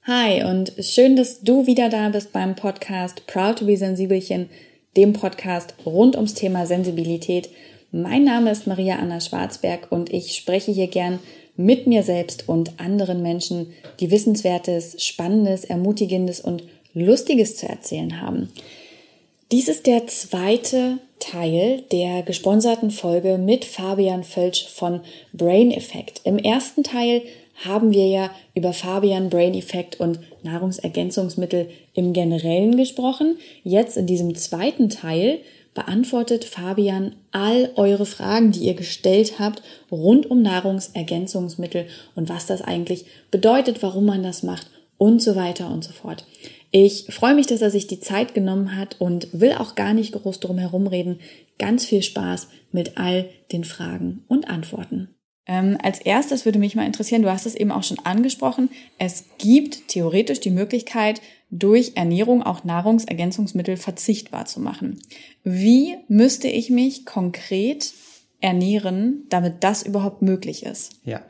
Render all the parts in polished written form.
Hi und schön, dass du wieder da bist beim Podcast Proud to be Sensibelchen, dem Podcast rund ums Thema Sensibilität. Mein Name ist Maria Anna Schwarzberg und ich spreche hier gern mit mir selbst und anderen Menschen, die Wissenswertes, Spannendes, Ermutigendes und Lustiges zu erzählen haben. Dies ist der zweite Teil der gesponserten Folge mit Fabian Völsch von Brain Effect. Im ersten Teil haben wir ja über Fabian, Brain Effect und Nahrungsergänzungsmittel im Generellen gesprochen. Jetzt in diesem zweiten Teil beantwortet Fabian all eure Fragen, die ihr gestellt habt, rund um Nahrungsergänzungsmittel und was das eigentlich bedeutet, warum man das macht und so weiter und so fort. Ich freue mich, dass er sich die Zeit genommen hat und will auch gar nicht groß drum herum reden. Ganz viel Spaß mit all den Fragen und Antworten. Als erstes würde mich mal interessieren, du hast es eben auch schon angesprochen, es gibt theoretisch die Möglichkeit, durch Ernährung auch Nahrungsergänzungsmittel verzichtbar zu machen. Wie müsste ich mich konkret ernähren, damit das überhaupt möglich ist? Ja,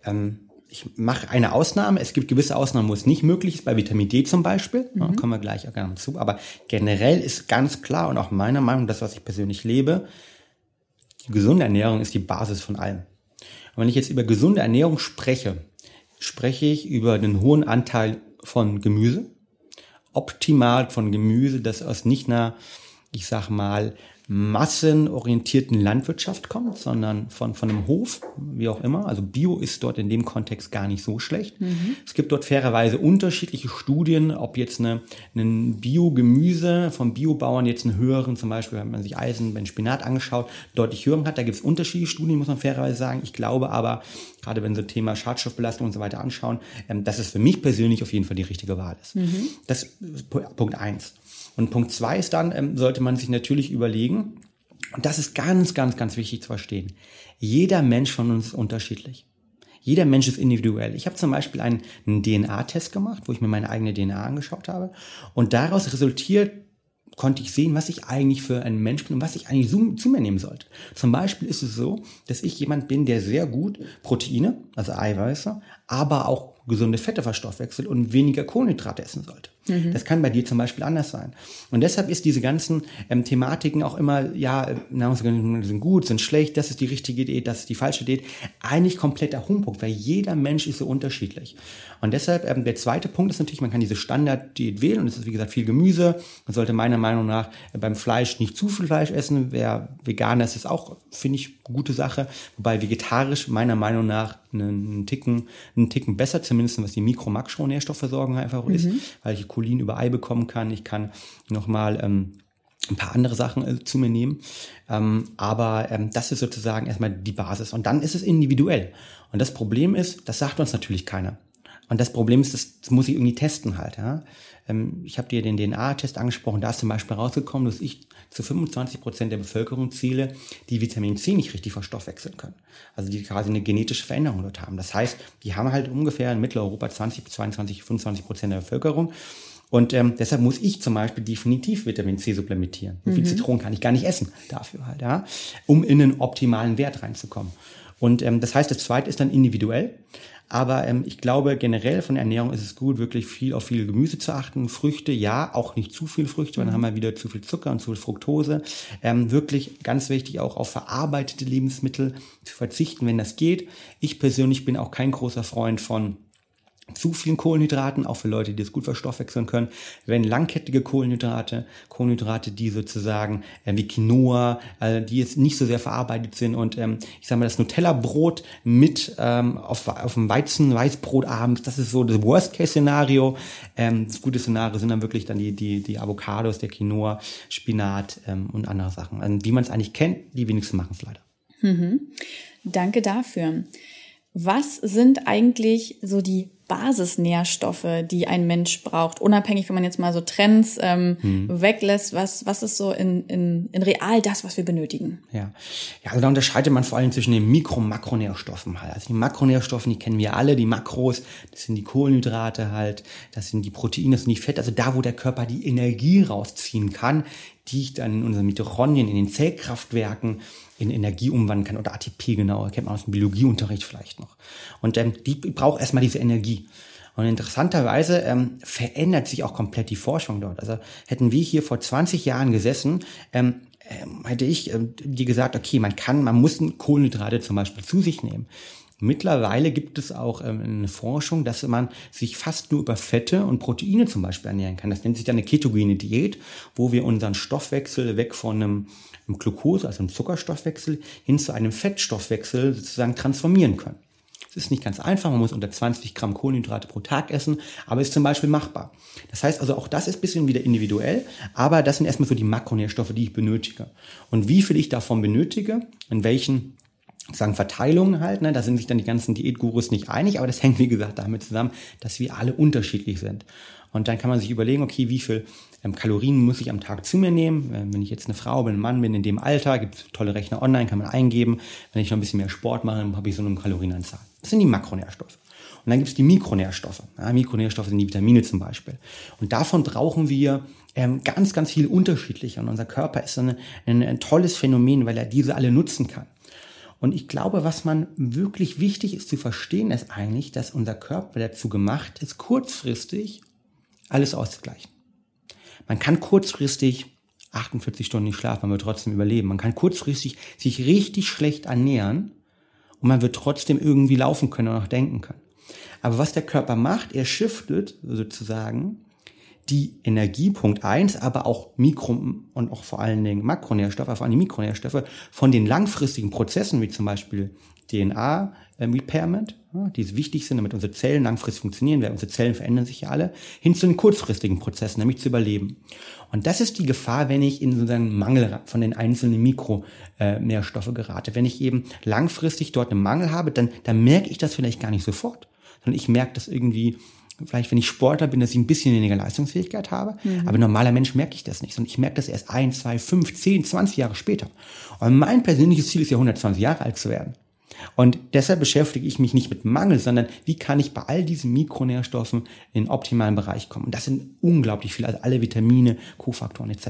ich mache eine Ausnahme. Es gibt gewisse Ausnahmen, wo es nicht möglich ist, bei Vitamin D zum Beispiel. Da kommen wir gleich auch gerne zu. Aber generell ist ganz klar und auch meiner Meinung nach, das, was ich persönlich lebe, die gesunde Ernährung ist die Basis von allem. Und wenn ich jetzt über gesunde Ernährung spreche, spreche ich über den hohen Anteil von Gemüse. Optimal von Gemüse, das aus nicht einer, ich sag mal, massenorientierten Landwirtschaft kommt, sondern von einem Hof, wie auch immer. Also Bio ist dort in dem Kontext gar nicht so schlecht. Es gibt dort fairerweise unterschiedliche Studien, ob jetzt ein Bio-Gemüse vom Biobauern jetzt einen höheren, zum Beispiel, wenn man sich Eisen beim Spinat angeschaut, deutlich höheren hat. Da gibt es unterschiedliche Studien, muss man fairerweise sagen. Ich glaube aber, gerade wenn so Thema Schadstoffbelastung und so weiter anschauen, dass es für mich persönlich auf jeden Fall die richtige Wahl ist. Das ist Punkt 1. Und Punkt 2 ist dann, sollte man sich natürlich überlegen, und das ist ganz, ganz, ganz wichtig zu verstehen, jeder Mensch von uns ist unterschiedlich. Jeder Mensch ist individuell. Ich habe zum Beispiel einen DNA-Test gemacht, wo ich mir meine eigene DNA angeschaut habe. Und daraus konnte ich sehen, was ich eigentlich für ein Mensch bin und was ich eigentlich zu mir nehmen sollte. Zum Beispiel ist es so, dass ich jemand bin, der sehr gut Proteine, also Eiweiße, aber auch gesunde Fette verstoffwechselt und weniger Kohlenhydrate essen sollte. Das kann bei dir zum Beispiel anders sein. Und deshalb ist diese ganzen Thematiken auch immer, ja, Nahrungsergänzungsmittel sind gut, sind schlecht, das ist die richtige Diät, das ist die falsche Diät, eigentlich kompletter Humbug, weil jeder Mensch ist so unterschiedlich. Und deshalb, der zweite Punkt ist natürlich, man kann diese Standarddiät wählen und das ist, wie gesagt, viel Gemüse. Man sollte meiner Meinung nach beim Fleisch nicht zu viel Fleisch essen. Wer Veganer ist, ist auch, finde ich, eine gute Sache. Wobei vegetarisch meiner Meinung nach einen Ticken besser, zumindest was die Mikro-Makronährstoffversorgung einfach ist, weil ich Cholin über Ei bekommen kann. Ich kann nochmal ein paar andere Sachen zu mir nehmen. Aber das ist sozusagen erstmal die Basis. Und dann ist es individuell. Und das Problem ist, das sagt uns natürlich keiner. Und das Problem ist, das muss ich irgendwie testen halt. Ja? Ich habe dir den DNA-Test angesprochen, da ist zum Beispiel rausgekommen, dass ich zu 25% der Bevölkerung zähle, die Vitamin C nicht richtig verstoffwechseln können. Also die quasi eine genetische Veränderung dort haben. Das heißt, die haben halt ungefähr in Mitteleuropa 20 bis 22, 25% der Bevölkerung. Und deshalb muss ich zum Beispiel definitiv Vitamin C supplementieren. So viel Zitronen kann ich gar nicht essen dafür halt, ja, um in einen optimalen Wert reinzukommen. Und das heißt, das zweite ist dann individuell. Aber ich glaube, generell von der Ernährung ist es gut, wirklich auf viel Gemüse zu achten. Früchte, ja, auch nicht zu viel Früchte, weil dann haben wir wieder zu viel Zucker und zu viel Fructose. Wirklich ganz wichtig, auch auf verarbeitete Lebensmittel zu verzichten, wenn das geht. Ich persönlich bin auch kein großer Freund von zu vielen Kohlenhydraten, auch für Leute, die das gut verstoffwechseln können. Wenn langkettige Kohlenhydrate, die sozusagen wie Quinoa, die jetzt nicht so sehr verarbeitet sind und ich sage mal, das Nutella-Brot mit auf dem Weißbrot abends, das ist so das Worst-Case-Szenario. Das gute Szenario sind dann wirklich dann die Avocados, der Quinoa, Spinat und andere Sachen. Wie man es eigentlich kennt, die wenigsten machen es leider. Danke dafür. Was sind eigentlich so die Basisnährstoffe, die ein Mensch braucht, unabhängig, wenn man jetzt mal so Trends weglässt, was ist so in real das, was wir benötigen? Ja, also da unterscheidet man vor allem zwischen den Mikro- und Makronährstoffen halt. Also die Makronährstoffe, die kennen wir alle, die Makros, das sind die Kohlenhydrate halt, das sind die Proteine, das sind die Fette, also da, wo der Körper die Energie rausziehen kann, die ich dann in unseren Mitochondrien, in den Zellkraftwerken in Energie umwandeln kann, oder ATP genauer, kennt man aus dem Biologieunterricht vielleicht noch. Und die braucht erstmal diese Energie. Und interessanterweise verändert sich auch komplett die Forschung dort. Also hätten wir hier vor 20 Jahren gesessen, hätte ich dir gesagt, okay, man muss Kohlenhydrate zum Beispiel zu sich nehmen. Mittlerweile gibt es auch eine Forschung, dass man sich fast nur über Fette und Proteine zum Beispiel ernähren kann. Das nennt sich dann eine ketogene Diät, wo wir unseren Stoffwechsel weg von einem Glucose, also einem Zuckerstoffwechsel, hin zu einem Fettstoffwechsel sozusagen transformieren können. Es ist nicht ganz einfach, man muss unter 20 Gramm Kohlenhydrate pro Tag essen, aber ist zum Beispiel machbar. Das heißt also, auch das ist ein bisschen wieder individuell, aber das sind erstmal so die Makronährstoffe, die ich benötige. Und wie viel ich davon benötige, in welchen Verteilungen halt, da sind sich dann die ganzen Diätgurus nicht einig, aber das hängt, wie gesagt, damit zusammen, dass wir alle unterschiedlich sind. Und dann kann man sich überlegen, okay, wie viel Kalorien muss ich am Tag zu mir nehmen? Wenn ich jetzt eine Frau bin, ein Mann bin, in dem Alter, gibt es tolle Rechner online, kann man eingeben. Wenn ich noch ein bisschen mehr Sport mache, dann habe ich so eine Kalorienanzahl. Das sind die Makronährstoffe. Und dann gibt es die Mikronährstoffe. Ja, Mikronährstoffe sind die Vitamine zum Beispiel. Und davon brauchen wir ganz, ganz viele unterschiedliche. Und unser Körper ist ein tolles Phänomen, weil er diese alle nutzen kann. Und ich glaube, was man wirklich wichtig ist zu verstehen, ist eigentlich, dass unser Körper dazu gemacht ist, kurzfristig alles auszugleichen. Man kann kurzfristig 48 Stunden nicht schlafen, man wird trotzdem überleben. Man kann kurzfristig sich richtig schlecht ernähren und man wird trotzdem irgendwie laufen können und auch denken können. Aber was der Körper macht, er shiftet sozusagen die Energie, Punkt 1, aber auch Mikro- und auch vor allen Dingen Makronährstoffe, vor allem die Mikronährstoffe, von den langfristigen Prozessen, wie zum Beispiel DNA-Repairment, die wichtig sind, damit unsere Zellen langfristig funktionieren, weil unsere Zellen verändern sich ja alle, hin zu den kurzfristigen Prozessen, nämlich zu überleben. Und das ist die Gefahr, wenn ich in so einen Mangel von den einzelnen Mikronährstoffe gerate. Wenn ich eben langfristig dort einen Mangel habe, dann merke ich das vielleicht gar nicht sofort, sondern ich merke das irgendwie, vielleicht wenn ich Sportler bin, dass ich ein bisschen weniger Leistungsfähigkeit habe, aber normaler Mensch merke ich das nicht, sondern ich merke das erst 1, 2, 5, 10, 20 Jahre später. Und mein persönliches Ziel ist ja 120 Jahre alt zu werden. Und deshalb beschäftige ich mich nicht mit Mangel, sondern wie kann ich bei all diesen Mikronährstoffen in den optimalen Bereich kommen. Und das sind unglaublich viele, also alle Vitamine, Kofaktoren etc.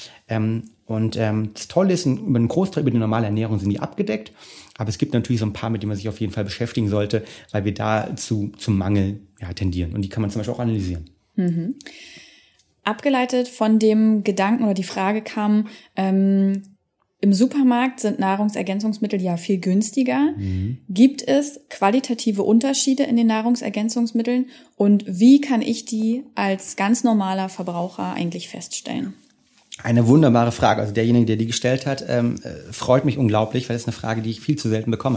Das Tolle ist, über einen Großteil über die normale Ernährung sind die abgedeckt, aber es gibt natürlich so ein paar, mit denen man sich auf jeden Fall beschäftigen sollte, weil wir da zum Mangel tendieren. Und die kann man zum Beispiel auch analysieren. Mhm. Abgeleitet von dem Gedanken oder die Frage kam, im Supermarkt sind Nahrungsergänzungsmittel ja viel günstiger. Mhm. Gibt es qualitative Unterschiede in den Nahrungsergänzungsmitteln und wie kann ich die als ganz normaler Verbraucher eigentlich feststellen? Eine wunderbare Frage. Also derjenige, der die gestellt hat, freut mich unglaublich, weil das ist eine Frage, die ich viel zu selten bekomme.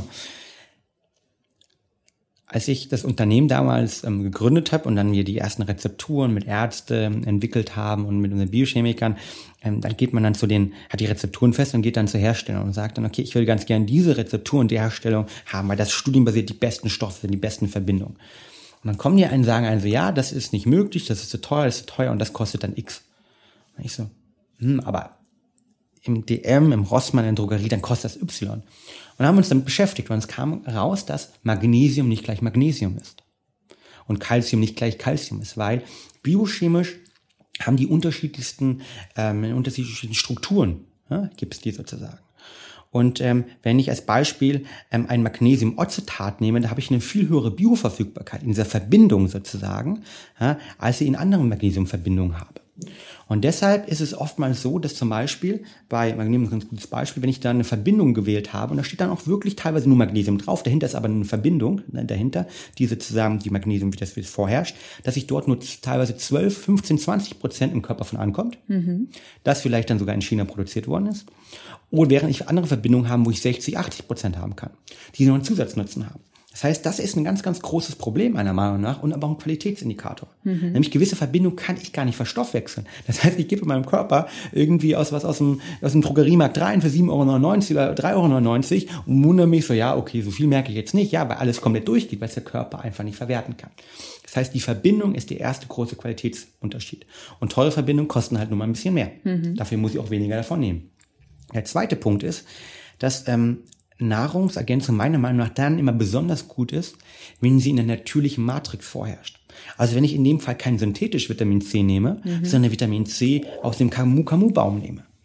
Als ich das Unternehmen damals gegründet habe und dann wir die ersten Rezepturen mit Ärzten entwickelt haben und mit unseren Biochemikern, dann geht man dann hat die Rezepturen fest und geht dann zur Herstellung und sagt dann, okay, ich würde ganz gerne diese Rezeptur und die Herstellung haben, weil das studienbasiert die besten Stoffe sind, die besten Verbindungen. Und dann kommen die einen und sagen einen so, ja, das ist nicht möglich, das ist zu teuer und das kostet dann X. Und ich so, aber im DM, im Rossmann, in der Drogerie, dann kostet das Y. Und haben uns damit beschäftigt und es kam raus, dass Magnesium nicht gleich Magnesium ist und Calcium nicht gleich Calcium ist, weil biochemisch haben die unterschiedlichen Strukturen, gibt es die sozusagen. Und wenn ich als Beispiel ein Magnesiumocetat nehme, da habe ich eine viel höhere Bioverfügbarkeit in dieser Verbindung sozusagen, als ich in anderen Magnesiumverbindungen habe. Und deshalb ist es oftmals so, dass zum Beispiel bei Magnesium ist ein ganz gutes Beispiel, wenn ich da eine Verbindung gewählt habe und da steht dann auch wirklich teilweise nur Magnesium drauf, dahinter ist aber eine Verbindung dahinter, die sozusagen die Magnesium, wie das vorherrscht, dass sich dort nur teilweise 12, 15, 20% im Körper von ankommt, das vielleicht dann sogar in China produziert worden ist. Oder während ich andere Verbindungen habe, wo ich 60, 80% haben kann, die noch einen Zusatznutzen haben. Das heißt, das ist ein ganz, ganz großes Problem meiner Meinung nach und aber auch ein Qualitätsindikator. Nämlich gewisse Verbindungen kann ich gar nicht verstoffwechseln. Das heißt, ich gebe meinem Körper irgendwie aus dem Drogeriemarkt rein für 7,99 € oder 3,99 € und wundere mich so, ja, okay, so viel merke ich jetzt nicht, ja, weil alles komplett durchgeht, weil es der Körper einfach nicht verwerten kann. Das heißt, die Verbindung ist der erste große Qualitätsunterschied. Und teure Verbindungen kosten halt nur mal ein bisschen mehr. Dafür muss ich auch weniger davon nehmen. Der zweite Punkt ist, dass Nahrungsergänzung meiner Meinung nach dann immer besonders gut ist, wenn sie in der natürlichen Matrix vorherrscht. Also wenn ich in dem Fall kein synthetisch Vitamin C nehme, sondern Vitamin C aus dem Camu-Camu-Baum nehme.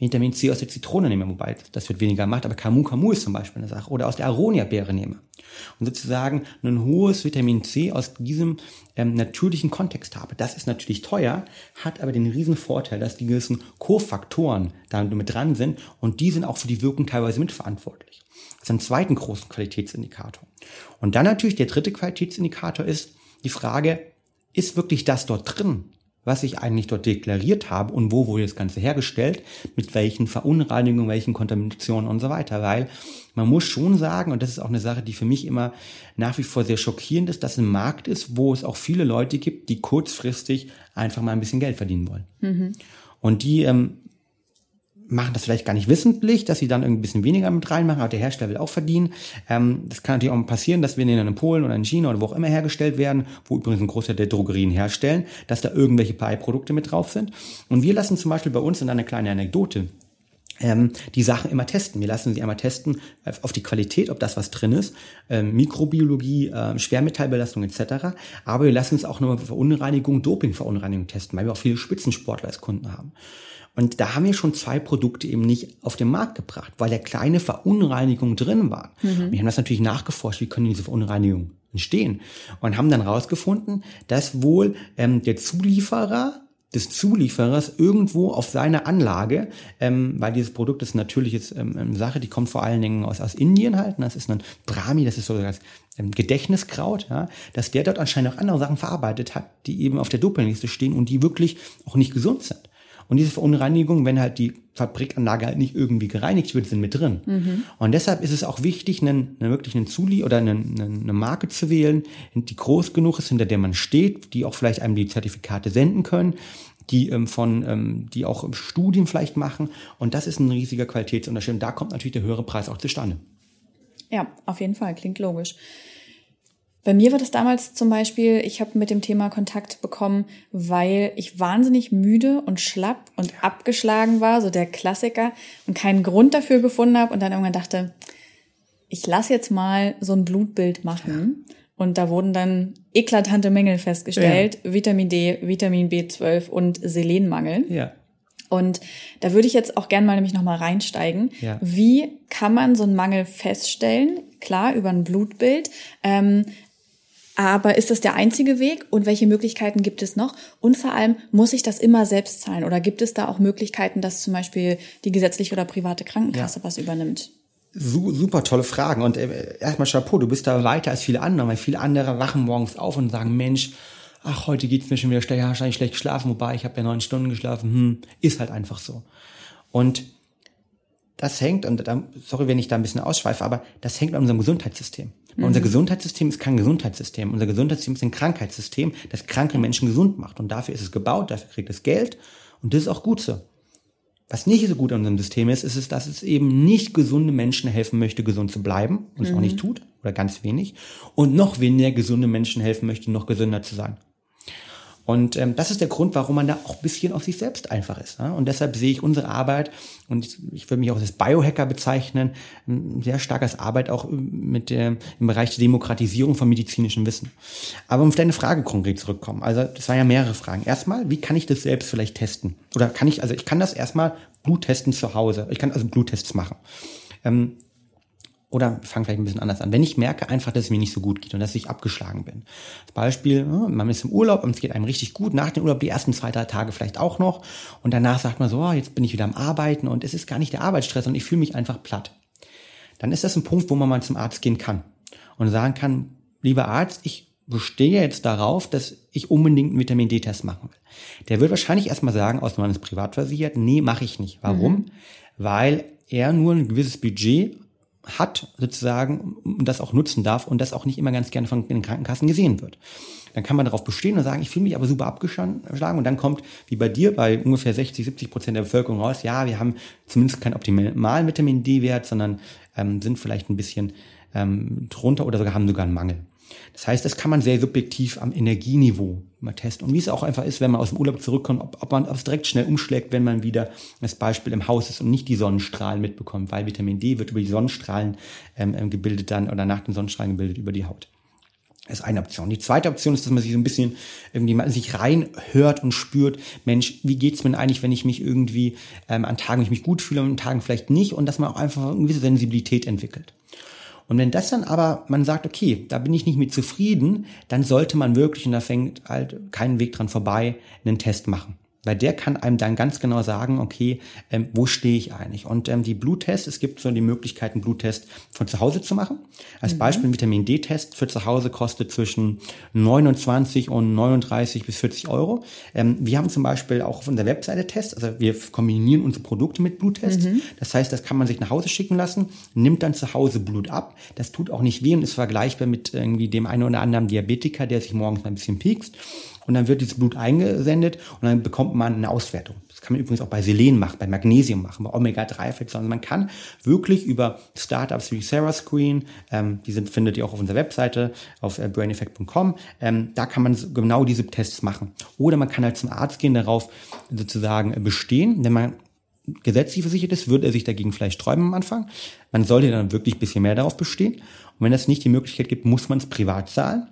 Vitamin C aus der Zitrone nehme, wobei das wird weniger gemacht, aber Camu ist zum Beispiel eine Sache, oder aus der Aronia-Beere nehme und sozusagen ein hohes Vitamin C aus diesem natürlichen Kontext habe. Das ist natürlich teuer, hat aber den riesen Vorteil, dass die gewissen Kofaktoren da mit dran sind und die sind auch für die Wirkung teilweise mitverantwortlich. Das ist ein zweiten großen Qualitätsindikator. Und dann natürlich der dritte Qualitätsindikator ist die Frage, ist wirklich das dort drin, was ich eigentlich dort deklariert habe und wo wurde das Ganze hergestellt, mit welchen Verunreinigungen, welchen Kontaminationen und so weiter. Weil man muss schon sagen, und das ist auch eine Sache, die für mich immer nach wie vor sehr schockierend ist, dass ein Markt ist, wo es auch viele Leute gibt, die kurzfristig einfach mal ein bisschen Geld verdienen wollen. Mhm. Und die machen das vielleicht gar nicht wissentlich, dass sie dann irgendwie ein bisschen weniger mit reinmachen, aber der Hersteller will auch verdienen. Das kann natürlich auch passieren, dass wir in Polen oder in China oder wo auch immer hergestellt werden, wo übrigens ein Großteil der Drogerien herstellen, dass da irgendwelche Beiprodukte mit drauf sind. Und wir lassen zum Beispiel bei uns in einer kleinen Anekdote die Sachen immer testen. Wir lassen sie einmal testen auf die Qualität, ob das was drin ist, Mikrobiologie, Schwermetallbelastung etc. Aber wir lassen es auch nochmal Verunreinigung, Dopingverunreinigung testen, weil wir auch viele Spitzensportler als Kunden haben. Und da haben wir schon 2 Produkte eben nicht auf den Markt gebracht, weil da kleine Verunreinigungen drin waren. Mhm. Wir haben das natürlich nachgeforscht, wie können diese Verunreinigungen entstehen? Und haben dann rausgefunden, dass wohl der Zulieferer des Zulieferers irgendwo auf seiner Anlage, weil dieses Produkt ist natürlich jetzt Sache, die kommt vor allen Dingen aus Indien halt, das ist ein Brahmi, das ist so das Gedächtniskraut, ja, dass der dort anscheinend auch andere Sachen verarbeitet hat, die eben auf der Dopingliste stehen und die wirklich auch nicht gesund sind. Und diese Verunreinigungen, wenn halt die Fabrikanlage halt nicht irgendwie gereinigt wird, sind mit drin. Mhm. Und deshalb ist es auch wichtig, wirklich einen Zuli oder eine Marke zu wählen, die groß genug ist, hinter der man steht, die auch vielleicht einem die Zertifikate senden können, die die auch Studien vielleicht machen. Und das ist ein riesiger Qualitätsunterschied. Und da kommt natürlich der höhere Preis auch zustande. Ja, auf jeden Fall. Klingt logisch. Bei mir war das damals zum Beispiel, ich habe mit dem Thema Kontakt bekommen, weil ich wahnsinnig müde und schlapp und abgeschlagen war, so der Klassiker, und keinen Grund dafür gefunden habe und dann irgendwann dachte, ich lasse jetzt mal so ein Blutbild machen. Ja. Und da wurden dann eklatante Mängel festgestellt, ja. Vitamin D, Vitamin B12 und Selenmangel. Ja. Und da würde ich jetzt auch gerne mal nämlich nochmal reinsteigen. Ja. Wie kann man so einen Mangel feststellen? Klar, über ein Blutbild. Aber ist das der einzige Weg und welche Möglichkeiten gibt es noch? Und vor allem, muss ich das immer selbst zahlen oder gibt es da auch Möglichkeiten, dass zum Beispiel die gesetzliche oder private Krankenkasse was übernimmt? Super tolle Fragen und erstmal Chapeau, du bist da weiter als viele andere, weil viele andere wachen morgens auf und sagen, Mensch, ach, heute geht's mir schon wieder schlecht, wahrscheinlich schlecht geschlafen, wobei ich habe ja 9 Stunden geschlafen, ist halt einfach so. Und das hängt, und sorry, wenn ich da ein bisschen ausschweife, aber das hängt an unserem Gesundheitssystem. Mhm. Unser Gesundheitssystem ist kein Gesundheitssystem. Unser Gesundheitssystem ist ein Krankheitssystem, das kranke Menschen gesund macht. Und dafür ist es gebaut, dafür kriegt es Geld. Und das ist auch gut so. Was nicht so gut an unserem System ist, dass es eben nicht gesunde Menschen helfen möchte, gesund zu bleiben. Und es auch nicht tut. Oder ganz wenig. Und noch weniger gesunde Menschen helfen möchte, noch gesünder zu sein. Und das ist der Grund, warum man da auch ein bisschen auf sich selbst einfach ist. Ja? Und deshalb sehe ich unsere Arbeit, und ich würde mich auch als Biohacker bezeichnen, sehr stark als Arbeit auch im Bereich der Demokratisierung von medizinischem Wissen. Aber um auf deine Frage konkret zurückkommen, also das waren ja mehrere Fragen. Erstmal, wie kann ich das selbst vielleicht testen? Oder ich kann das erstmal Bluttesten zu Hause. Ich kann also Bluttests machen. Oder fange vielleicht ein bisschen anders an. Wenn ich merke einfach, dass es mir nicht so gut geht und dass ich abgeschlagen bin. Als Beispiel, man ist im Urlaub und es geht einem richtig gut. Nach dem Urlaub die ersten 2-3 Tage vielleicht auch noch. Und danach sagt man so, jetzt bin ich wieder am Arbeiten und es ist gar nicht der Arbeitsstress und ich fühle mich einfach platt. Dann ist das ein Punkt, wo man mal zum Arzt gehen kann und sagen kann, lieber Arzt, ich bestehe jetzt darauf, dass ich unbedingt einen Vitamin-D-Test machen will. Der wird wahrscheinlich erstmal sagen, aus man ist privat versichert, nee, mache ich nicht. Warum? Weil er nur ein gewisses Budget hat sozusagen und das auch nutzen darf und das auch nicht immer ganz gerne von den Krankenkassen gesehen wird. Dann kann man darauf bestehen und sagen, ich fühle mich aber super abgeschlagen und dann kommt, wie bei dir, bei ungefähr 60-70% der Bevölkerung raus, ja, wir haben zumindest keinen optimalen Vitamin-D-Wert, sondern sind vielleicht ein bisschen drunter oder haben sogar einen Mangel. Das heißt, das kann man sehr subjektiv am Energieniveau mal testen. Und wie es auch einfach ist, wenn man aus dem Urlaub zurückkommt, ob man es direkt schnell umschlägt, wenn man wieder als Beispiel im Haus ist und nicht die Sonnenstrahlen mitbekommt, weil Vitamin D wird über die Sonnenstrahlen gebildet dann oder nach den Sonnenstrahlen gebildet über die Haut. Das ist eine Option. Die zweite Option ist, dass man sich so ein bisschen irgendwie mal sich reinhört und spürt, Mensch, wie geht's mir eigentlich, wenn ich mich irgendwie an Tagen, wenn ich mich gut fühle und an Tagen vielleicht nicht, und dass man auch einfach eine gewisse Sensibilität entwickelt. Und wenn das dann aber, man sagt, okay, da bin ich nicht mit zufrieden, dann sollte man wirklich, und da fängt halt kein Weg dran vorbei, einen Test machen. Weil der kann einem dann ganz genau sagen, okay, wo stehe ich eigentlich? Und die Bluttests, es gibt so die Möglichkeit, einen Bluttest von zu Hause zu machen. Als Beispiel ein Vitamin-D-Test für zu Hause kostet zwischen 29 und 39 bis 40 Euro. Wir haben zum Beispiel auch auf unserer Webseite Tests, also wir kombinieren unsere Produkte mit Bluttests. Das heißt, das kann man sich nach Hause schicken lassen, nimmt dann zu Hause Blut ab. Das tut auch nicht weh und ist vergleichbar mit irgendwie dem einen oder anderen Diabetiker, der sich morgens mal ein bisschen piekst. Und dann wird dieses Blut eingesendet und dann bekommt man eine Auswertung. Das kann man übrigens auch bei Selen machen, bei Magnesium machen, bei Omega-3-Fettsäuren. Man kann wirklich über Startups wie Serascreen, findet ihr auch auf unserer Webseite, auf braineffect.com, da kann man genau diese Tests machen. Oder man kann halt zum Arzt gehen, darauf sozusagen bestehen. Wenn man gesetzlich versichert ist, würde er sich dagegen vielleicht sträuben am Anfang. Man sollte dann wirklich ein bisschen mehr darauf bestehen. Und wenn es nicht die Möglichkeit gibt, muss man es privat zahlen.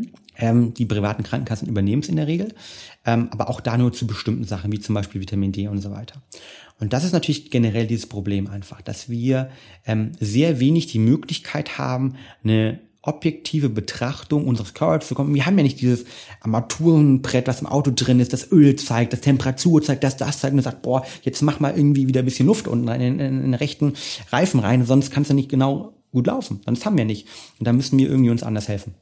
Die privaten Krankenkassen übernehmen es in der Regel. Aber auch da nur zu bestimmten Sachen, wie zum Beispiel Vitamin D und so weiter. Und das ist natürlich generell dieses Problem einfach, dass wir sehr wenig die Möglichkeit haben, eine objektive Betrachtung unseres Körpers zu bekommen. Wir haben ja nicht dieses Armaturenbrett, was im Auto drin ist, das Öl zeigt, das Temperatur zeigt, das zeigt und sagt, boah, jetzt mach mal irgendwie wieder ein bisschen Luft unten in den rechten Reifen rein, sonst kannst du nicht genau gut laufen. Sonst haben wir nicht. Und da müssen wir irgendwie uns anders helfen.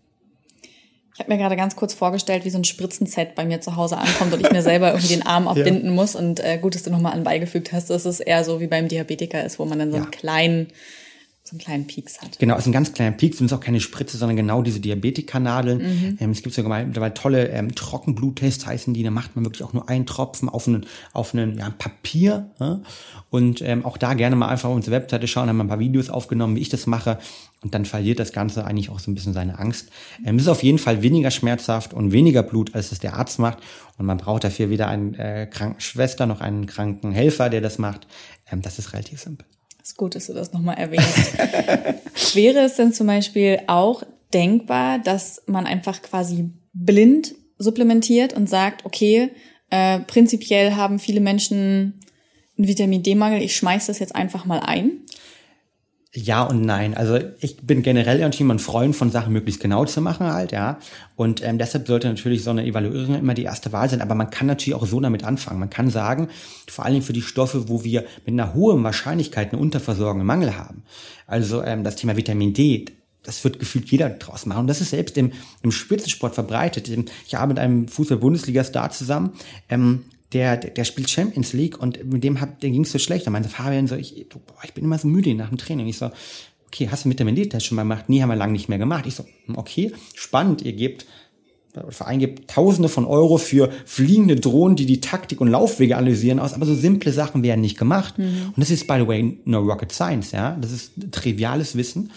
Ich habe mir gerade ganz kurz vorgestellt, wie so ein Spritzenset bei mir zu Hause ankommt und ich mir selber irgendwie den Arm abbinden muss. Und gut, dass du nochmal anbeigefügt hast, dass es eher so wie beim Diabetiker ist, wo man dann so einen kleinen Pieks hat. Genau, es ist ein ganz kleiner Pieks und es ist auch keine Spritze, sondern genau diese Diabetikanadeln. Es gibt sogar mal tolle Trockenbluttests, heißen die, da macht man wirklich auch nur einen Tropfen auf einen Papier. Ja? Und auch da gerne mal einfach auf unsere Webseite schauen, haben wir ein paar Videos aufgenommen, wie ich das mache. Und dann verliert das Ganze eigentlich auch so ein bisschen seine Angst. Es ist auf jeden Fall weniger schmerzhaft und weniger Blut, als es der Arzt macht. Und man braucht dafür weder eine Krankenschwester noch einen Krankenhelfer, der das macht. Das ist relativ simpel. Ist gut, dass du das nochmal erwähnst. Wäre es denn zum Beispiel auch denkbar, dass man einfach quasi blind supplementiert und sagt, okay, prinzipiell haben viele Menschen einen Vitamin-D-Mangel, ich schmeiß das jetzt einfach mal ein? Ja und nein. Also ich bin generell irgendwie ein Freund von Sachen möglichst genau zu machen halt, ja. Und deshalb sollte natürlich so eine Evaluierung immer die erste Wahl sein. Aber man kann natürlich auch so damit anfangen. Man kann sagen, vor allen Dingen für die Stoffe, wo wir mit einer hohen Wahrscheinlichkeit eine Unterversorgung, einen Mangel haben. Also das Thema Vitamin D, das wird gefühlt jeder draus machen. Und das ist selbst im Spitzensport verbreitet. Ich arbeite mit einem Fußball-Bundesliga-Star zusammen, der spielt Champions League und mit dem ging es so schlecht. Da meinte Fabian so, ich bin immer so müde nach dem Training. Ich so, okay, hast du einen Vitamin-D-Test schon mal gemacht? Nee, haben wir lange nicht mehr gemacht. Ich so, okay, spannend, der Verein gibt Tausende von Euro für fliegende Drohnen, die Taktik und Laufwege analysieren aus, aber so simple Sachen werden nicht gemacht. Und das ist, by the way, no rocket science, ja. Das ist triviales Wissen.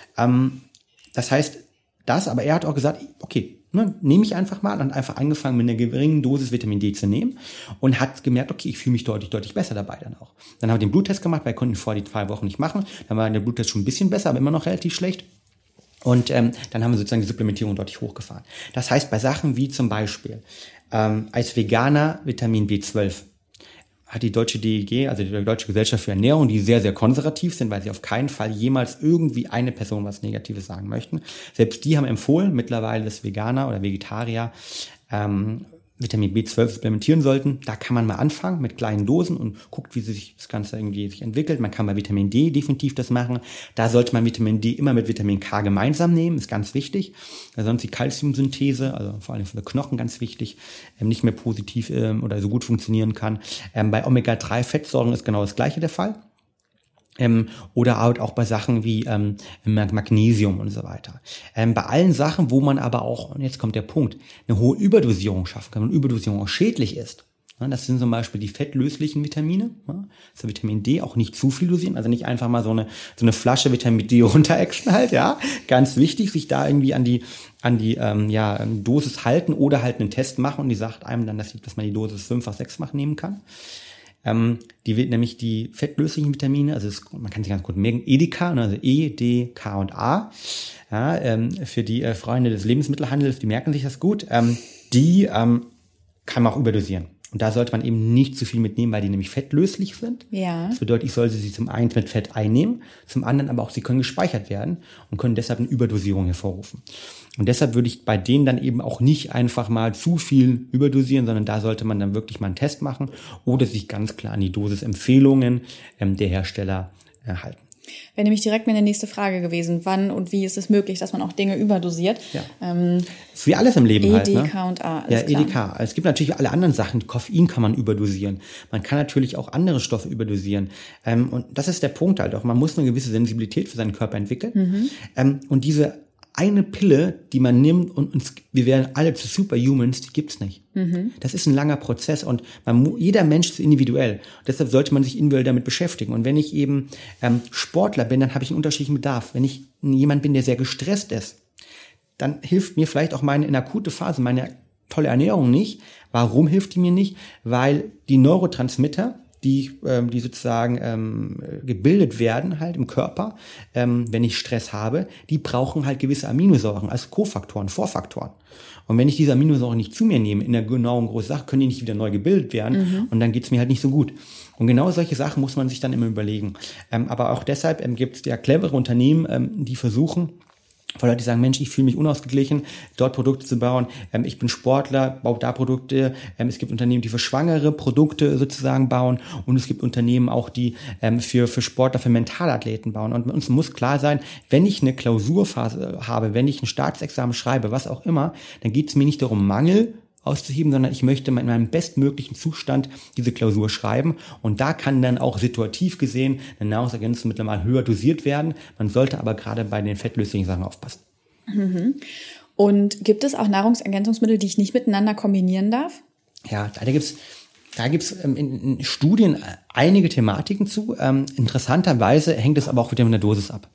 Das heißt, aber er hat auch gesagt, okay, nehme ich einfach mal und einfach angefangen mit einer geringen Dosis Vitamin D zu nehmen und hat gemerkt, okay, ich fühle mich deutlich besser dabei dann auch. Dann haben wir den Bluttest gemacht, weil wir konnten vor die 2 Wochen nicht machen. Dann war der Bluttest schon ein bisschen besser, aber immer noch relativ schlecht. Und dann haben wir sozusagen die Supplementierung deutlich hochgefahren. Das heißt, bei Sachen wie zum Beispiel als Veganer Vitamin B12 hat die deutsche DEG, also die Deutsche Gesellschaft für Ernährung, die sehr, sehr konservativ sind, weil sie auf keinen Fall jemals irgendwie eine Person was Negatives sagen möchten. Selbst die haben empfohlen, mittlerweile, dass Veganer oder Vegetarier Vitamin B12 supplementieren sollten. Da kann man mal anfangen mit kleinen Dosen und guckt, wie sich das Ganze irgendwie sich entwickelt. Man kann bei Vitamin D definitiv das machen. Da sollte man Vitamin D immer mit Vitamin K gemeinsam nehmen, ist ganz wichtig. Sonst die Calciumsynthese, also vor allem für die Knochen ganz wichtig, nicht mehr positiv oder so gut funktionieren kann. Bei Omega-3-Fettsäuren ist genau das Gleiche der Fall. Oder auch bei Sachen wie Magnesium und so weiter. Bei allen Sachen, wo man aber auch, und jetzt kommt der Punkt, eine hohe Überdosierung schaffen kann und Überdosierung auch schädlich ist. Das sind zum Beispiel die fettlöslichen Vitamine, also Vitamin D, auch nicht zu viel dosieren, also nicht einfach mal so eine Flasche Vitamin D runterächsen halt, ja. Ganz wichtig, sich da irgendwie an die Dosis halten oder halt einen Test machen und die sagt einem dann, dass man die Dosis 5-fach, 6-fach nehmen kann. Die wird nämlich die fettlöslichen Vitamine, also man kann sich ganz gut merken, EDK, also E, D, K und A. Ja, für die Freunde des Lebensmittelhandels, die merken sich das gut. Die kann man auch überdosieren. Und da sollte man eben nicht zu viel mitnehmen, weil die nämlich fettlöslich sind. Ja. Das bedeutet, ich sollte sie zum einen mit Fett einnehmen, zum anderen aber auch, sie können gespeichert werden und können deshalb eine Überdosierung hervorrufen. Und deshalb würde ich bei denen dann eben auch nicht einfach mal zu viel überdosieren, sondern da sollte man dann wirklich mal einen Test machen oder sich ganz klar an die Dosisempfehlungen der Hersteller halten. Wäre nämlich direkt meine nächste Frage gewesen. Wann und wie ist es möglich, dass man auch Dinge überdosiert? Ja. Ist wie alles im Leben halt. E, D, K und A, alles ja, klar. EDK. Es gibt natürlich alle anderen Sachen. Koffein kann man überdosieren. Man kann natürlich auch andere Stoffe überdosieren. Und das ist der Punkt halt auch. Man muss eine gewisse Sensibilität für seinen Körper entwickeln. Und diese eine Pille, die man nimmt und wir werden alle zu Superhumans, die gibt's nicht. Das ist ein langer Prozess und jeder Mensch ist individuell. Deshalb sollte man sich individuell damit beschäftigen. Und wenn ich eben Sportler bin, dann habe ich einen unterschiedlichen Bedarf. Wenn ich jemand bin, der sehr gestresst ist, dann hilft mir vielleicht auch meine in akute Phase, meine tolle Ernährung nicht. Warum hilft die mir nicht? Weil die Neurotransmitter, die sozusagen gebildet werden halt im Körper, wenn ich Stress habe, die brauchen halt gewisse Aminosäuren als Kofaktoren, Vorfaktoren. Und wenn ich diese Aminosäuren nicht zu mir nehme, in einer genauen großen Sache, können die nicht wieder neu gebildet werden und dann geht's mir halt nicht so gut. Und genau solche Sachen muss man sich dann immer überlegen. Aber auch deshalb gibt es ja clevere Unternehmen, die versuchen, weil Leute sagen, Mensch, ich fühle mich unausgeglichen, dort Produkte zu bauen. Ich bin Sportler, baue da Produkte. Es gibt Unternehmen, die für Schwangere Produkte sozusagen bauen. Und es gibt Unternehmen auch, die für Sportler, für Mentalathleten bauen. Und uns muss klar sein, wenn ich eine Klausurphase habe, wenn ich ein Staatsexamen schreibe, was auch immer, dann geht es mir nicht darum, Mangel auszuheben, sondern ich möchte in meinem bestmöglichen Zustand diese Klausur schreiben. Und da kann dann auch situativ gesehen eine Nahrungsergänzungsmittel mal höher dosiert werden. Man sollte aber gerade bei den fettlöslichen Sachen aufpassen. Und gibt es auch Nahrungsergänzungsmittel, die ich nicht miteinander kombinieren darf? Ja, da gibt's in Studien einige Thematiken zu. Interessanterweise hängt es aber auch wieder mit der Dosis ab.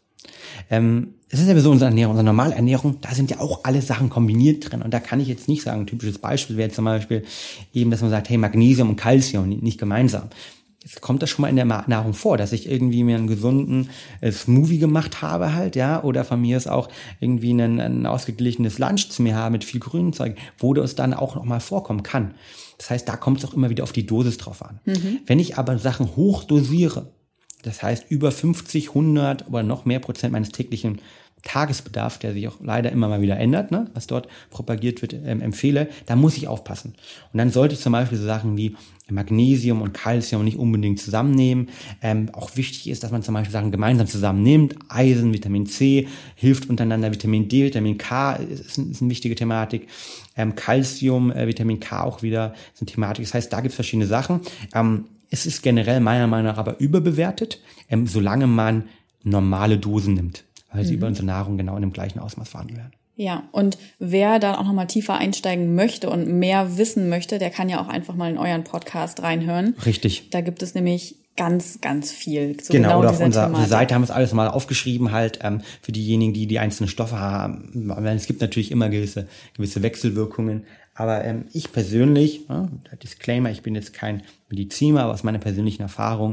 Es ist ja so unsere Ernährung, unsere normale Ernährung, da sind ja auch alle Sachen kombiniert drin. Und da kann ich jetzt nicht sagen, ein typisches Beispiel wäre zum Beispiel eben, dass man sagt, hey, Magnesium und Calcium, nicht gemeinsam. Jetzt kommt das schon mal in der Nahrung vor, dass ich irgendwie mir einen gesunden Smoothie gemacht habe halt, ja, oder von mir ist auch irgendwie ein ausgeglichenes Lunch zu mir habe mit viel Grünzeug, wo das dann auch noch mal vorkommen kann. Das heißt, da kommt es auch immer wieder auf die Dosis drauf an. Wenn ich aber Sachen hochdosiere, das heißt, über 50, 100 oder noch mehr Prozent meines täglichen Tagesbedarf, der sich auch leider immer mal wieder ändert, ne, was dort propagiert wird, empfehle, da muss ich aufpassen. Und dann sollte ich zum Beispiel so Sachen wie Magnesium und Calcium nicht unbedingt zusammennehmen. Auch wichtig ist, dass man zum Beispiel Sachen gemeinsam zusammennimmt. Eisen, Vitamin C hilft untereinander, Vitamin D, Vitamin K ist eine wichtige Thematik. Calcium, Vitamin K auch wieder ist eine Thematik. Das heißt, da gibt es verschiedene Sachen. Es ist generell meiner Meinung nach aber überbewertet, solange man normale Dosen nimmt, weil sie über unsere Nahrung genau in dem gleichen Ausmaß fahren werden. Ja, und wer dann auch nochmal tiefer einsteigen möchte und mehr wissen möchte, der kann ja auch einfach mal in euren Podcast reinhören. Richtig. Da gibt es nämlich ganz, ganz viel. Genau, oder auf unserer Seite haben wir es alles mal aufgeschrieben halt für diejenigen, die einzelnen Stoffe haben. Es gibt natürlich immer gewisse Wechselwirkungen. Aber ich persönlich, Disclaimer, ich bin jetzt kein Mediziner, aber aus meiner persönlichen Erfahrung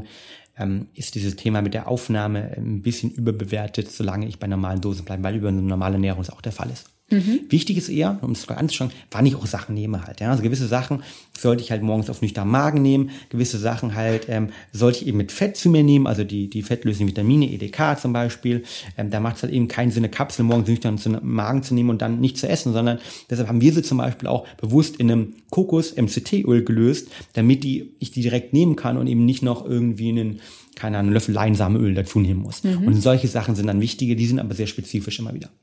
ist dieses Thema mit der Aufnahme ein bisschen überbewertet, solange ich bei normalen Dosen bleibe, weil über eine normale Ernährung das auch der Fall ist. Wichtig ist eher, um es anzuschauen, wann ich auch Sachen nehme halt. Ja? Also gewisse Sachen sollte ich halt morgens auf nüchternen Magen nehmen, gewisse Sachen halt sollte ich eben mit Fett zu mir nehmen, also die fettlöslichen Vitamine, EDK zum Beispiel. Da macht es halt eben keinen Sinn, eine Kapsel morgens nüchtern zu Magen zu nehmen und dann nicht zu essen, sondern deshalb haben wir sie zum Beispiel auch bewusst in einem Kokos-MCT-Öl gelöst, damit ich die direkt nehmen kann und eben nicht noch irgendwie einen Löffel Leinsameöl dazu nehmen muss. Und solche Sachen sind dann wichtige, die sind aber sehr spezifisch immer wieder.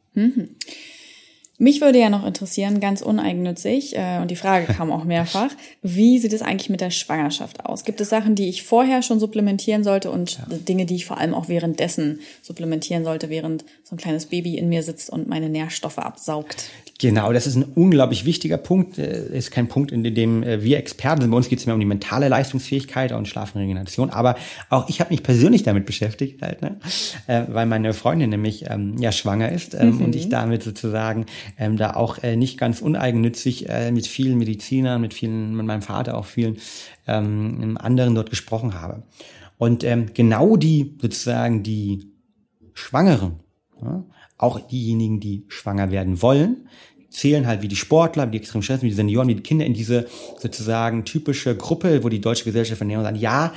Mich würde ja noch interessieren, ganz uneigennützig, und die Frage kam auch mehrfach, wie sieht es eigentlich mit der Schwangerschaft aus? Gibt es Sachen, die ich vorher schon supplementieren sollte und Dinge, die ich vor allem auch währenddessen supplementieren sollte, während so ein kleines Baby in mir sitzt und meine Nährstoffe absaugt? Genau, das ist ein unglaublich wichtiger Punkt. Ist kein Punkt, in dem wir Experten sind. Bei uns geht es mehr um die mentale Leistungsfähigkeit und Schlaf und Regeneration. Aber auch ich habe mich persönlich damit beschäftigt, halt, ne? Weil meine Freundin nämlich schwanger ist und ich damit sozusagen da auch nicht ganz uneigennützig mit vielen Medizinern, mit meinem Vater auch vielen anderen dort gesprochen habe. Und genau die Schwangeren, ja, auch diejenigen, die schwanger werden wollen, zählen halt wie die Sportler, wie die extrem Stress, wie die Senioren, wie die Kinder in diese sozusagen typische Gruppe, wo die Deutsche Gesellschaft für Ernährung sagt, ja,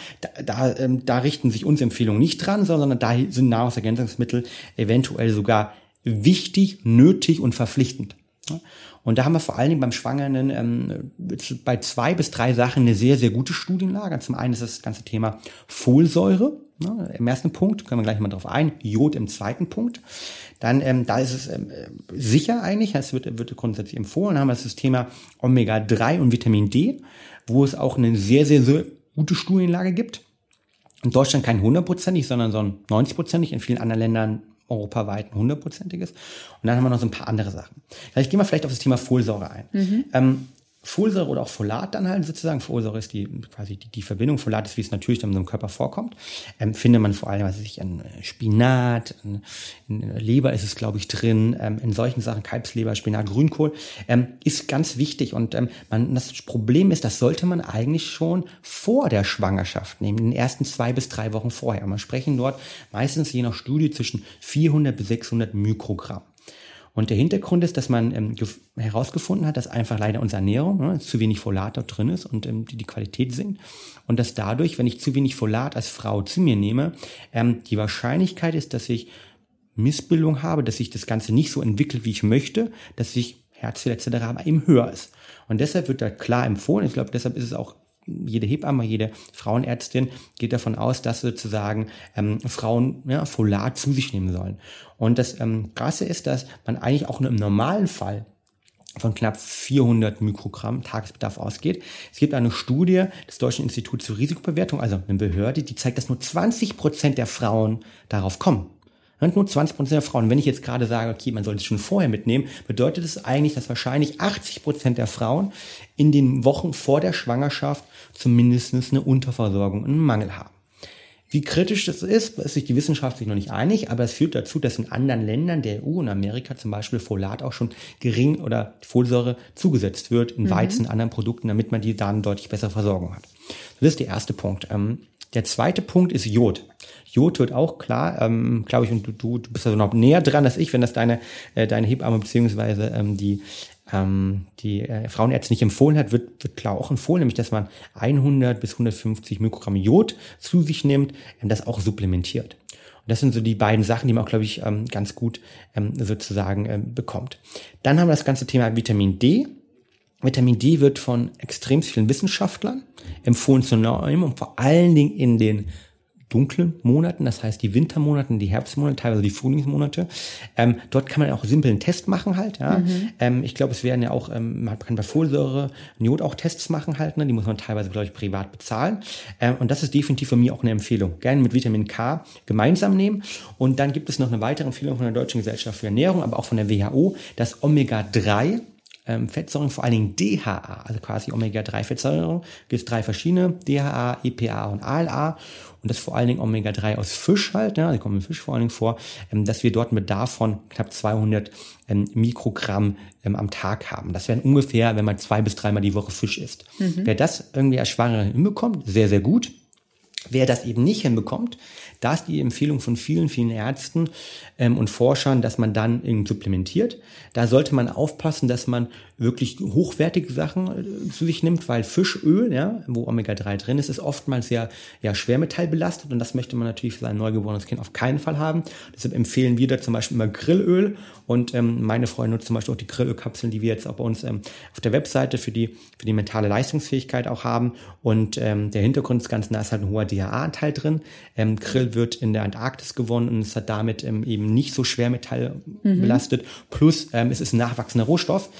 da richten sich unsere Empfehlungen nicht dran, sondern da sind Nahrungsergänzungsmittel eventuell sogar wichtig, nötig und verpflichtend. Und da haben wir vor allen Dingen beim Schwangeren bei 2 bis 3 Sachen eine sehr, sehr gute Studienlage. Zum einen ist das ganze Thema Folsäure, ne, im ersten Punkt, können wir gleich mal drauf ein, Jod im zweiten Punkt. Dann, da ist es sicher eigentlich, das wird grundsätzlich empfohlen, dann haben wir das Thema Omega-3 und Vitamin D, wo es auch eine sehr, sehr, sehr gute Studienlage gibt. In Deutschland kein 100%, sondern so ein 90%, in vielen anderen Ländern europaweit ein 100%iges. Und dann haben wir noch so ein paar andere Sachen. Ich gehe mal vielleicht auf das Thema Folsäure ein. Folsäure oder auch Folat dann halt sozusagen. Folsäure ist quasi die Verbindung. Folat ist, wie es natürlich dann in unserem Körper vorkommt. Findet man vor allem, in Spinat, in Leber ist es, glaube ich, drin. In solchen Sachen, Kalbsleber, Spinat, Grünkohl, ist ganz wichtig. Und das Problem ist, das sollte man eigentlich schon vor der Schwangerschaft nehmen, in den ersten 2 bis 3 Wochen vorher. Und wir sprechen dort meistens je nach Studie zwischen 400 bis 600 Mikrogramm. Und der Hintergrund ist, dass man herausgefunden hat, dass einfach leider unsere Ernährung zu wenig Folat dort drin ist und die Qualität sinkt. Und dass dadurch, wenn ich zu wenig Folat als Frau zu mir nehme, die Wahrscheinlichkeit ist, dass ich Missbildung habe, dass sich das Ganze nicht so entwickelt, wie ich möchte, dass sich Herzfehler etc. aber eben höher ist. Und deshalb wird da klar empfohlen, ich glaube, deshalb ist es auch jede Hebamme, jede Frauenärztin geht davon aus, dass sozusagen Frauen Folat zu sich nehmen sollen. Und das Krasse ist, dass man eigentlich auch nur im normalen Fall von knapp 400 Mikrogramm Tagesbedarf ausgeht. Es gibt eine Studie des Deutschen Instituts für Risikobewertung, also eine Behörde, die zeigt, dass nur 20% der Frauen darauf kommen. Und nur 20% der Frauen. Wenn ich jetzt gerade sage, okay, man sollte es schon vorher mitnehmen, bedeutet es eigentlich, dass wahrscheinlich 80% der Frauen in den Wochen vor der Schwangerschaft zumindest eine Unterversorgung, einen Mangel haben. Wie kritisch das ist sich die Wissenschaft sich noch nicht einig, aber es führt dazu, dass in anderen Ländern der EU und Amerika zum Beispiel Folat auch schon gering oder Folsäure zugesetzt wird in Weizen, anderen Produkten, damit man die dann deutlich bessere Versorgung hat. Das ist der erste Punkt. Der zweite Punkt ist Jod. Jod wird auch klar, glaube ich, und du bist also noch näher dran als ich, wenn das deine Hebamme beziehungsweise die Frauenärztin nicht empfohlen hat, wird klar auch empfohlen, nämlich dass man 100 bis 150 Mikrogramm Jod zu sich nimmt, das auch supplementiert. Und das sind so die beiden Sachen, die man auch, glaube ich, ganz gut sozusagen bekommt. Dann haben wir das ganze Thema Vitamin D. Vitamin D wird von extrem vielen Wissenschaftlern empfohlen zu nehmen und vor allen Dingen in den dunklen Monaten, das heißt die Wintermonaten, die Herbstmonate, teilweise die Frühlingsmonate. Dort kann man auch simpel einen Test machen halt. Ja. Ich glaube, es werden ja auch, man kann bei Folsäure, Jod auch Tests machen halt. Ne. Die muss man teilweise, glaube ich, privat bezahlen. Und das ist definitiv von mir auch eine Empfehlung. Gerne mit Vitamin K gemeinsam nehmen. Und dann gibt es noch eine weitere Empfehlung von der Deutschen Gesellschaft für Ernährung, aber auch von der WHO, das Omega-3 Fettsäuren, vor allen Dingen DHA, also quasi Omega-3-Fettsäuren, gibt es 3 verschiedene, DHA, EPA und ALA und das vor allen Dingen Omega-3 aus Fisch halt, die kommen im Fisch vor allen Dingen vor, dass wir dort einen Bedarf von knapp 200 Mikrogramm am Tag haben. Das wären ungefähr, wenn man 2 bis 3 Mal die Woche Fisch isst. Wer das irgendwie als Schwangere hinbekommt, sehr, sehr gut. Wer das eben nicht hinbekommt, da ist die Empfehlung von vielen, vielen Ärzten und Forschern, dass man dann irgendwie supplementiert. Da sollte man aufpassen, dass man wirklich hochwertige Sachen zu sich nimmt, weil Fischöl, wo Omega-3 drin ist, ist oftmals sehr schwermetallbelastet und das möchte man natürlich für sein neugeborenes Kind auf keinen Fall haben. Deshalb empfehlen wir da zum Beispiel immer Grillöl und meine Freundin nutzt zum Beispiel auch die Grillölkapseln, die wir jetzt auch bei uns auf der Webseite für die mentale Leistungsfähigkeit auch haben und der Hintergrund des Ganzen, da ist halt ein hoher DHA-Anteil drin. Grill wird in der Antarktis gewonnen und es hat damit eben nicht so Schwermetall belastet. Plus es ist ein nachwachsender Rohstoff, der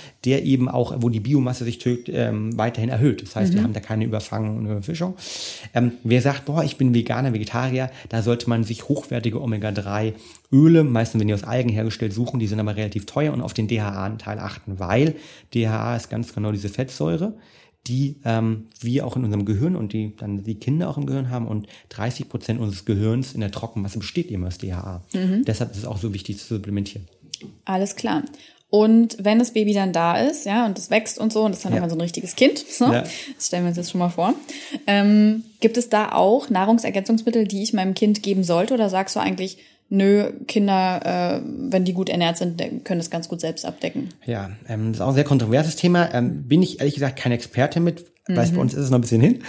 eben auch, wo die Biomasse sich weiterhin erhöht. Das heißt, wir haben da keine Überfangung und Überfischung. Wer sagt, ich bin Veganer, Vegetarier, da sollte man sich hochwertige Omega-3-Öle, meistens wenn die aus Algen hergestellt, suchen, die sind aber relativ teuer, und auf den DHA-Anteil achten, weil DHA ist ganz genau diese Fettsäure, die wir auch in unserem Gehirn und die dann die Kinder auch im Gehirn haben, und 30% unseres Gehirns in der Trockenmasse besteht eben aus DHA. Deshalb ist es auch so wichtig zu supplementieren. Alles klar. Und wenn das Baby dann da ist, ja, und es wächst und so, und das ist dann immer so ein richtiges Kind, so, das stellen wir uns jetzt schon mal vor, gibt es da auch Nahrungsergänzungsmittel, die ich meinem Kind geben sollte, oder sagst du eigentlich, nö, Kinder, wenn die gut ernährt sind, können das ganz gut selbst abdecken? Ja, das ist auch ein sehr kontroverses Thema. Bin ich ehrlich gesagt kein Experte mit, weil bei uns ist es noch ein bisschen hin.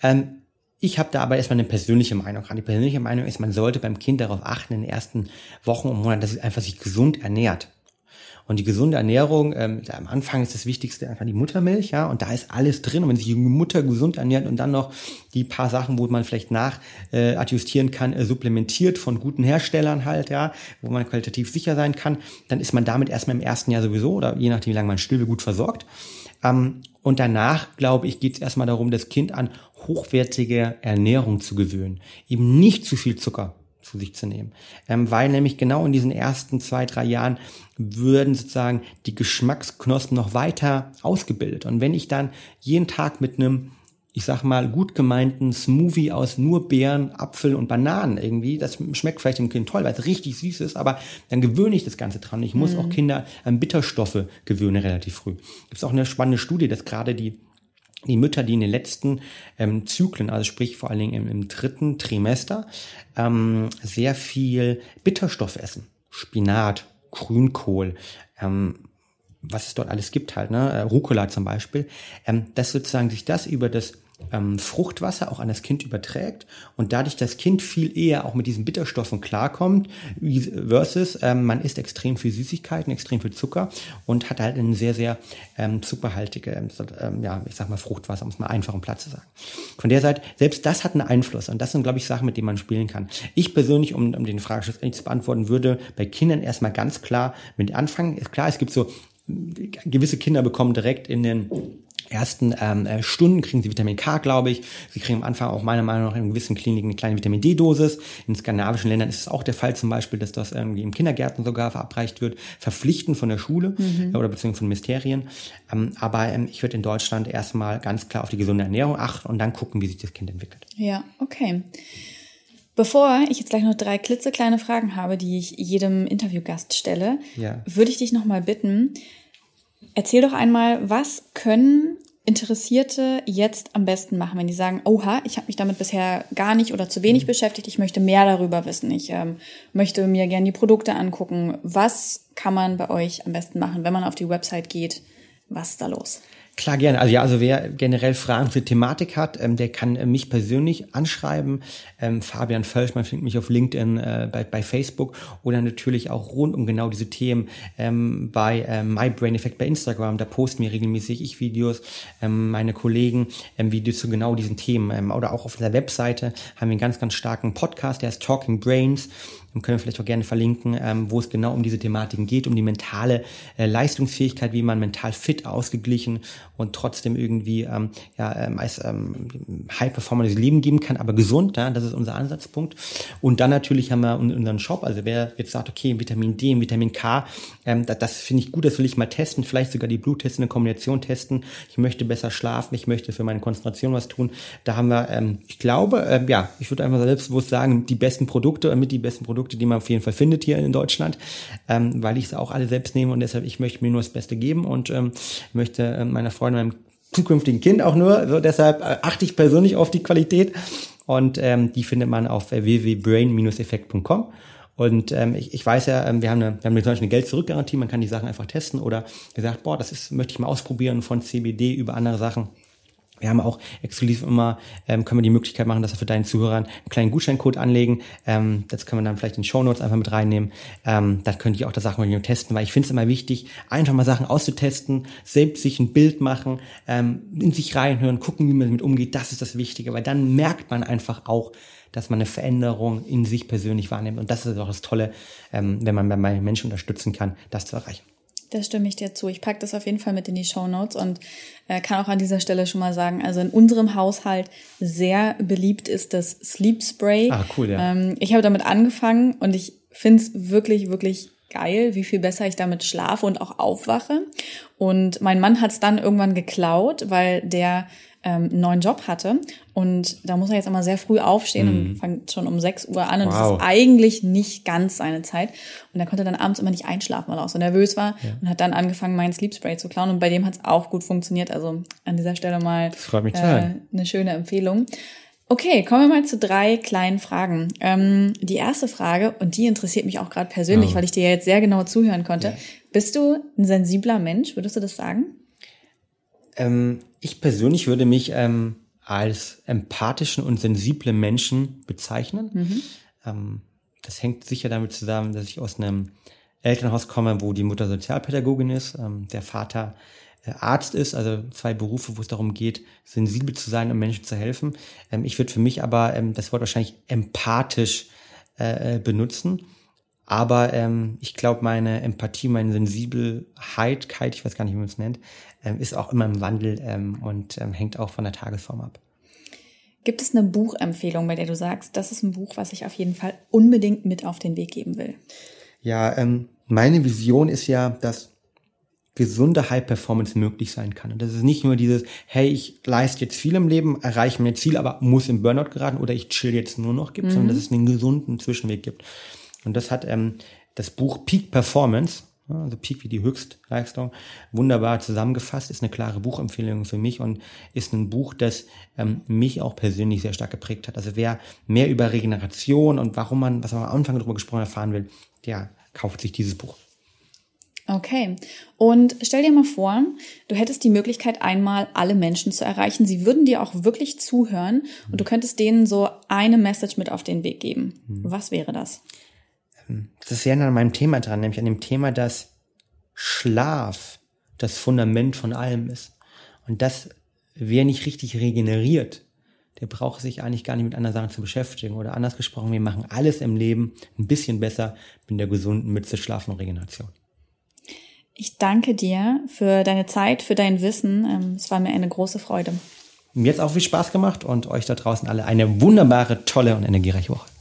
Ich habe da aber erstmal eine persönliche Meinung dran. Die persönliche Meinung ist, man sollte beim Kind darauf achten, in den ersten Wochen und Monaten, dass es einfach sich gesund ernährt. Und die gesunde Ernährung, am Anfang ist das Wichtigste einfach die Muttermilch, ja, und da ist alles drin. Und wenn sich die Mutter gesund ernährt und dann noch die paar Sachen, wo man vielleicht adjustieren kann, supplementiert von guten Herstellern halt, ja, wo man qualitativ sicher sein kann, dann ist man damit erstmal im ersten Jahr sowieso, oder je nachdem, wie lange man still will, gut versorgt. Und danach, glaube ich, geht es erstmal darum, das Kind an hochwertige Ernährung zu gewöhnen. Eben nicht zu viel Zucker zu sich zu nehmen. Weil nämlich genau in diesen ersten 2-3 Jahren würden sozusagen die Geschmacksknospen noch weiter ausgebildet. Und wenn ich dann jeden Tag mit einem, ich sag mal, gut gemeinten Smoothie aus nur Beeren, Apfel und Bananen irgendwie, das schmeckt vielleicht dem Kind toll, weil es richtig süß ist, aber dann gewöhne ich das Ganze dran. Ich muss auch Kinder an Bitterstoffe gewöhnen relativ früh. Gibt es auch eine spannende Studie, dass gerade die Mütter, die in den letzten Zyklen, also sprich vor allen Dingen im 3. Trimester, sehr viel Bitterstoff essen. Spinat, Grünkohl, was es dort alles gibt halt, ne, Rucola zum Beispiel, dass sozusagen sich das über das Fruchtwasser auch an das Kind überträgt und dadurch das Kind viel eher auch mit diesen Bitterstoffen klarkommt, versus man isst extrem viel Süßigkeiten, extrem viel Zucker und hat halt eine sehr, sehr zuckerhaltige, ich sag mal Fruchtwasser, um es mal einfach und platt zu sagen. Von der Seite, selbst das hat einen Einfluss und das sind, glaube ich, Sachen, mit denen man spielen kann. Ich persönlich, um den Frageschluss zu beantworten, würde bei Kindern erstmal ganz klar mit anfangen. Ist klar, es gibt so, gewisse Kinder bekommen direkt in den ersten Stunden kriegen sie Vitamin K, glaube ich. Sie kriegen am Anfang auch meiner Meinung nach in gewissen Kliniken eine kleine Vitamin D-Dosis. In skandinavischen Ländern ist es auch der Fall zum Beispiel, dass das irgendwie im Kindergärten sogar verabreicht wird, verpflichtend von der Schule oder beziehungsweise von Ministerien. Aber ich würde in Deutschland erstmal ganz klar auf die gesunde Ernährung achten und dann gucken, wie sich das Kind entwickelt. Ja, okay. Bevor ich jetzt gleich noch 3 klitzekleine Fragen habe, die ich jedem Interviewgast stelle, würde ich dich nochmal bitten, erzähl doch einmal, was können Interessierte jetzt am besten machen, wenn die sagen, oha, ich habe mich damit bisher gar nicht oder zu wenig beschäftigt, ich möchte mehr darüber wissen, ich möchte mir gerne die Produkte angucken. Was kann man bei euch am besten machen, wenn man auf die Website geht? Was ist da los? Klar, gerne. Also wer generell Fragen zur Thematik hat, der kann mich persönlich anschreiben. Fabian Völsch, man findet mich auf LinkedIn, bei Facebook oder natürlich auch rund um genau diese Themen bei My Brain Effect bei Instagram. Da posten wir regelmäßig Videos, meine Kollegen Videos zu genau diesen Themen. Oder auch auf der Webseite haben wir einen ganz, ganz starken Podcast, der heißt Talking Brains. Können wir vielleicht auch gerne verlinken, wo es genau um diese Thematiken geht, um die mentale Leistungsfähigkeit, wie man mental fit, ausgeglichen und trotzdem irgendwie High-Performer das Leben geben kann, aber gesund, ja, das ist unser Ansatzpunkt. Und dann natürlich haben wir unseren Shop, also wer jetzt sagt, okay, Vitamin D, Vitamin K, das finde ich gut, das will ich mal testen, vielleicht sogar die Bluttests in der Kombination testen, ich möchte besser schlafen, ich möchte für meine Konzentration was tun, da haben wir, ich glaube, ich würde einfach selbstbewusst sagen, die besten Produkte, die man auf jeden Fall findet hier in Deutschland, weil ich es auch alle selbst nehme und deshalb, ich möchte mir nur das Beste geben und möchte meiner Freundin, meinem zukünftigen Kind auch nur, so deshalb achte ich persönlich auf die Qualität und die findet man auf www.brain-effekt.com. Und ich weiß ja, wir haben zum Beispiel eine Geld-Zurück-Garantie, man kann die Sachen einfach testen oder gesagt, möchte ich mal ausprobieren von CBD über andere Sachen. Wir haben auch exklusiv immer, können wir die Möglichkeit machen, dass wir für deinen Zuhörern einen kleinen Gutscheincode anlegen. Das können wir dann vielleicht in den Shownotes einfach mit reinnehmen. Dann könnt ihr auch da Sachen mal testen, weil ich finde es immer wichtig, einfach mal Sachen auszutesten, selbst sich ein Bild machen, in sich reinhören, gucken, wie man damit umgeht. Das ist das Wichtige, weil dann merkt man einfach auch, dass man eine Veränderung in sich persönlich wahrnimmt. Und das ist auch das Tolle, wenn man bei Menschen unterstützen kann, das zu erreichen. Da stimme ich dir zu. Ich packe das auf jeden Fall mit in die Shownotes und kann auch an dieser Stelle schon mal sagen, also in unserem Haushalt sehr beliebt ist das Sleep Spray. Ah, cool, ja. Ich habe damit angefangen und ich finde es wirklich, wirklich geil, wie viel besser ich damit schlafe und auch aufwache. Und mein Mann hat es dann irgendwann geklaut, weil der einen neuen Job hatte und da muss er jetzt immer sehr früh aufstehen und fängt schon um 6 Uhr an und das ist eigentlich nicht ganz seine Zeit und er konnte dann abends immer nicht einschlafen, weil er auch so nervös war und hat dann angefangen, meinen Sleep Spray zu klauen und bei dem hat es auch gut funktioniert, also an dieser Stelle mal das freut mich zu hören. Eine schöne Empfehlung. Okay, kommen wir mal zu 3 kleinen Fragen. Die erste Frage, und die interessiert mich auch gerade persönlich, weil ich dir ja jetzt sehr genau zuhören konnte. Ja. Bist du ein sensibler Mensch? Würdest du das sagen? Ich persönlich würde mich als empathischen und sensiblen Menschen bezeichnen. Das hängt sicher damit zusammen, dass ich aus einem Elternhaus komme, wo die Mutter Sozialpädagogin ist, der Vater Arzt ist, also 2 Berufe, wo es darum geht, sensibel zu sein, um Menschen zu helfen. Ich würde für mich aber das Wort wahrscheinlich empathisch benutzen. Aber ich glaube, meine Empathie, meine Sensibelheit, ich weiß gar nicht, wie man es nennt, ist auch immer im Wandel und hängt auch von der Tagesform ab. Gibt es eine Buchempfehlung, bei der du sagst, das ist ein Buch, was ich auf jeden Fall unbedingt mit auf den Weg geben will? Ja, meine Vision ist ja, dass gesunde High-Performance möglich sein kann. Und das ist nicht nur dieses, hey, ich leiste jetzt viel im Leben, erreiche mein Ziel, aber muss im Burnout geraten oder ich chill jetzt nur noch gibt, sondern dass es einen gesunden Zwischenweg gibt. Und das hat das Buch Peak Performance, also Peak wie die Höchstleistung, wunderbar zusammengefasst, ist eine klare Buchempfehlung für mich und ist ein Buch, das mich auch persönlich sehr stark geprägt hat. Also wer mehr über Regeneration und was man am Anfang darüber gesprochen erfahren will, der kauft sich dieses Buch. Okay. Und stell dir mal vor, du hättest die Möglichkeit, einmal alle Menschen zu erreichen. Sie würden dir auch wirklich zuhören und du könntest denen so eine Message mit auf den Weg geben. Was wäre das? Das ist sehr nah an meinem Thema dran, nämlich an dem Thema, dass Schlaf das Fundament von allem ist. Und dass wer nicht richtig regeneriert, der braucht sich eigentlich gar nicht mit anderen Sachen zu beschäftigen. Oder anders gesprochen, wir machen alles im Leben ein bisschen besser mit der gesunden Mütze Schlaf und Regeneration. Ich danke dir für deine Zeit, für dein Wissen. Es war mir eine große Freude. Mir hat es auch viel Spaß gemacht und euch da draußen alle eine wunderbare, tolle und energiereiche Woche.